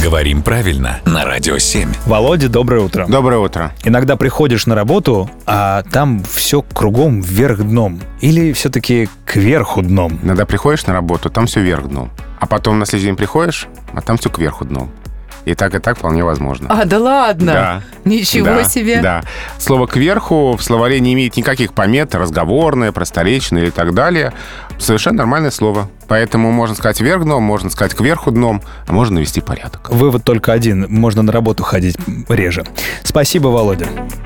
Говорим правильно на Радио 7. Володя, доброе утро. Доброе утро. Иногда приходишь на работу, а там все кругом вверх дном. Или все-таки кверху дном? Иногда приходишь на работу, там все вверх дном. А потом на следующий день приходишь, а там все кверху дном. И так вполне возможно. Да ладно? Да. Ничего себе. Да. Слово «кверху» в словаре не имеет никаких помет, разговорное, просторечное и так далее. Совершенно нормальное слово. Поэтому можно сказать «вверх дном», можно сказать «кверху дном», а можно навести порядок. Вывод только один. Можно на работу ходить реже. Спасибо, Володя.